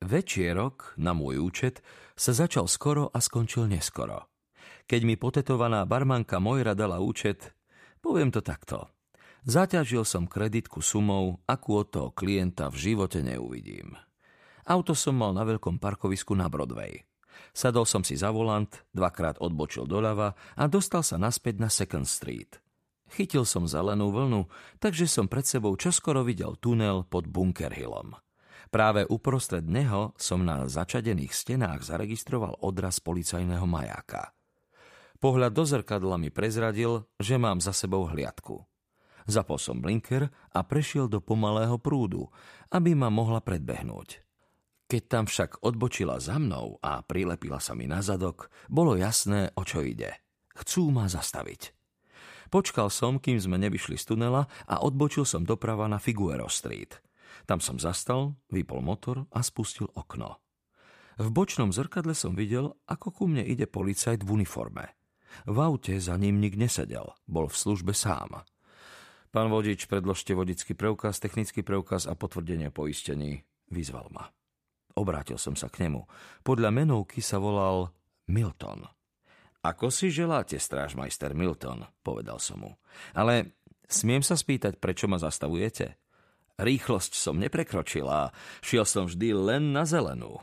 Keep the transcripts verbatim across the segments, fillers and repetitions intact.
Večierok na môj účet sa začal skoro a skončil neskoro. Keď mi potetovaná barmanka Mojra dala účet, poviem to takto. Zaťažil som kreditku sumou, akú od toho klienta v živote neuvidím. Auto som mal na veľkom parkovisku na Broadway. Sadol som si za volant, dvakrát odbočil doľava a dostal sa naspäť na Second Street. Chytil som zelenú vlnu, takže som pred sebou čoskoro videl tunel pod Bunker Hillom. Práve uprostred neho som na začadených stenách zaregistroval odraz policajného majáka. Pohľad do zrkadla mi prezradil, že mám za sebou hliadku. Zapol som blinker a prešiel do pomalého prúdu, aby ma mohla predbehnúť. Keď tam však odbočila za mnou a prilepila sa mi na zadok, bolo jasné, o čo ide. Chcú ma zastaviť. Počkal som, kým sme nevyšli z tunela a odbočil som doprava na Figueroa Street. Tam som zastal, vypol motor a spustil okno. V bočnom zrkadle som videl, ako ku mne ide policajt v uniforme. V aute za ním nik nesedel, bol v službe sám. Pán vodič, predložte vodický preukaz, technický preukaz a potvrdenie poistení, vyzval ma. Obrátil som sa k nemu. Podľa menovky sa volal Milton. Ako si želáte, strážmajster Milton, povedal som mu. Ale smiem sa spýtať, prečo ma zastavujete? Rýchlosť som neprekročil a šiel som vždy len na zelenú.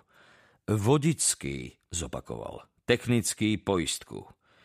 Vodický, zopakoval. Technický, poistku.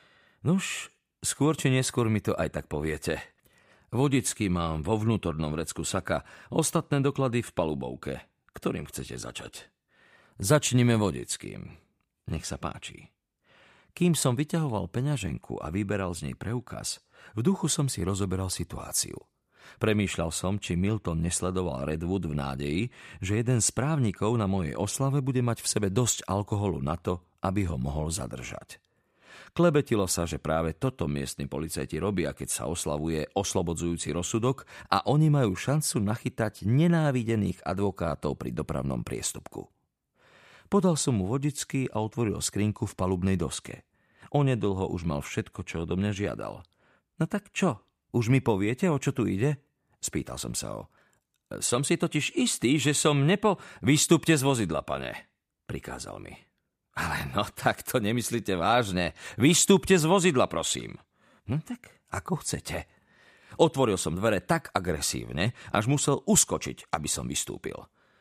Nuž, skôr či neskôr mi to aj tak poviete. Vodický mám vo vnútornom vrecku saka, ostatné doklady v palubovke. Ktorým chcete začať? Začnime vodickým. Nech sa páči. Kým som vyťahoval peňaženku a vyberal z nej preukaz, v duchu som si rozoberal situáciu. Premýšľal som, či Milton nesledoval Redwood v nádeji, že jeden z právnikov na mojej oslave bude mať v sebe dosť alkoholu na to, aby ho mohol zadržať. Klebetilo sa, že práve toto miestni policajti robia, keď sa oslavuje oslobodzujúci rozsudok a oni majú šancu nachytať nenávidených advokátov pri dopravnom priestupku. Podal som mu vodický a otvoril skrinku v palubnej doske. Onedlho už mal všetko, čo odo mňa žiadal. No tak čo? Už mi poviete, o čo tu ide? Spýtal som sa ho. Som si totiž istý, že som nepo... Vystúpte z vozidla, pane, prikázal mi. Ale no tak to nemyslíte vážne. Vystúpte z vozidla, prosím. No tak, ako chcete. Otvoril som dvere tak agresívne, až musel uskočiť, aby som vystúpil.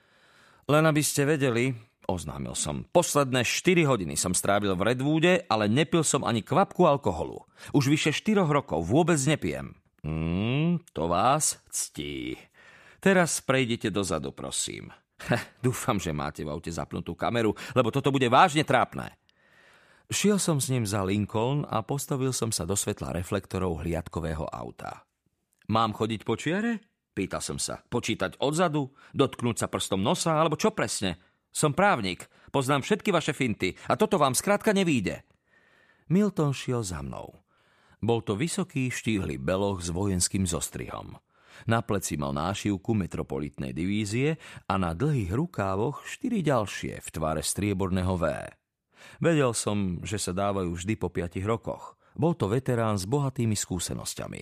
Len aby ste vedeli, oznámil som, posledné štyri hodiny som strávil v Redwoode, ale nepil som ani kvapku alkoholu. Už vyše štyroch rokov vôbec nepijem. Mm, to vás ctí. Teraz prejdite dozadu, prosím. Dúfam, že máte v aute zapnutú kameru, lebo toto bude vážne trápne. Šiel som s ním za Lincoln a postavil som sa do svetla reflektorov hliadkového auta. Mám chodiť po čiare? Pýtal som sa. Počítať odzadu? Dotknúť sa prstom nosa? Alebo čo presne? Som právnik, poznám všetky vaše finty a toto vám skrátka nevíde. Milton šiel za mnou. Bol to vysoký, štíhly beloch s vojenským zostrihom. Na pleci mal nášivku metropolitnej divízie a na dlhých rukávoch štyri ďalšie v tvare strieborného V. Vedel som, že sa dávajú vždy po piatich rokoch. Bol to veterán s bohatými skúsenosťami.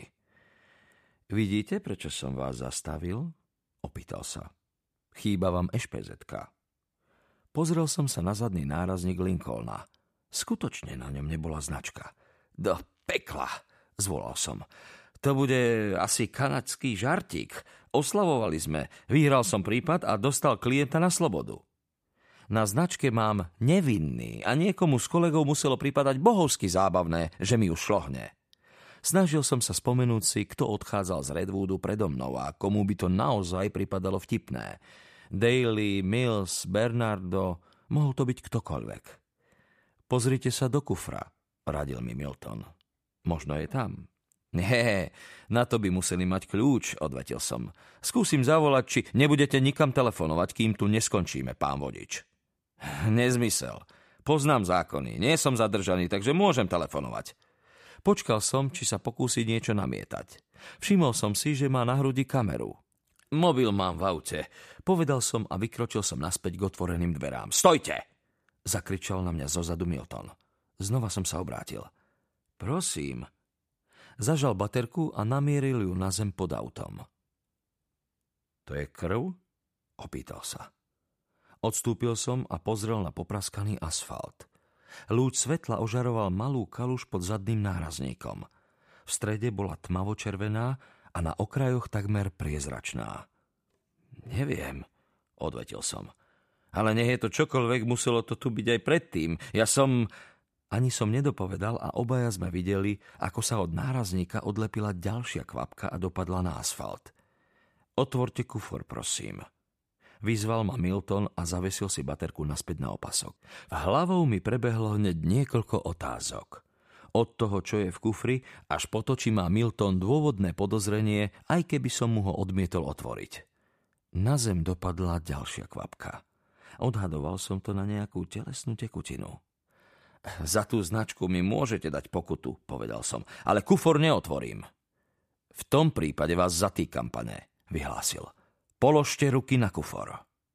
Vidíte, prečo som vás zastavil? Opýtal sa. Chýba vám ešpezetka. Pozrel som sa na zadný nárazník Lincolna. Skutočne na ňom nebola značka. Do pekla, zvolal som. To bude asi kanadský žartík. Oslavovali sme. Vyhral som prípad a dostal klienta na slobodu. Na značke mám nevinný a niekomu z kolegov muselo pripadať bohovsky zábavné, že mi už šlohne. Snažil som sa spomenúť si, kto odchádzal z Redwoodu predo mnou a komu by to naozaj pripadalo vtipné. Daly, Mills, Bernardo, mohol to byť ktokoľvek. Pozrite sa do kufra, radil mi Milton. Možno je tam. Nie, na to by museli mať kľúč, odvetil som. Skúsim zavolať, či nebudete nikam telefonovať, kým tu neskončíme, pán vodič. Nezmysel. Poznám zákony, nie som zadržaný, takže môžem telefonovať. Počkal som, či sa pokúsi niečo namietať. Všimol som si, že má na hrudi kameru. Mobil mám v aute, povedal som a vykročil som naspäť k otvoreným dverám. Stojte! Zakričal na mňa zozadu Milton. Znova som sa obrátil. Prosím. Zažal baterku a namieril ju na zem pod autom. To je krv? Opýtal sa. Odstúpil som a pozrel na popraskaný asfalt. Lúč svetla ožaroval malú kaluž pod zadným nárazníkom. V strede bola tmavo-červená a na okrajoch takmer priezračná. Neviem, odvetil som. Ale nech je to čokoľvek, muselo to tu byť aj predtým. Ja som... Ani som nedopovedal a obaja sme videli, ako sa od nárazníka odlepila ďalšia kvapka a dopadla na asfalt. Otvorte kufor, prosím. Vyzval ma Milton a zavesil si baterku naspäť na opasok. Hlavou mi prebehlo hneď niekoľko otázok. Od toho, čo je v kufri, až po to, či má Milton dôvodné podozrenie, aj keby som mu ho odmietol otvoriť. Na zem dopadla ďalšia kvapka. Odhadoval som to na nejakú telesnú tekutinu. Za tú značku mi môžete dať pokutu, povedal som, ale kufor neotvorím. V tom prípade vás zatýkam, pane, vyhlásil. Položte ruky na kufor.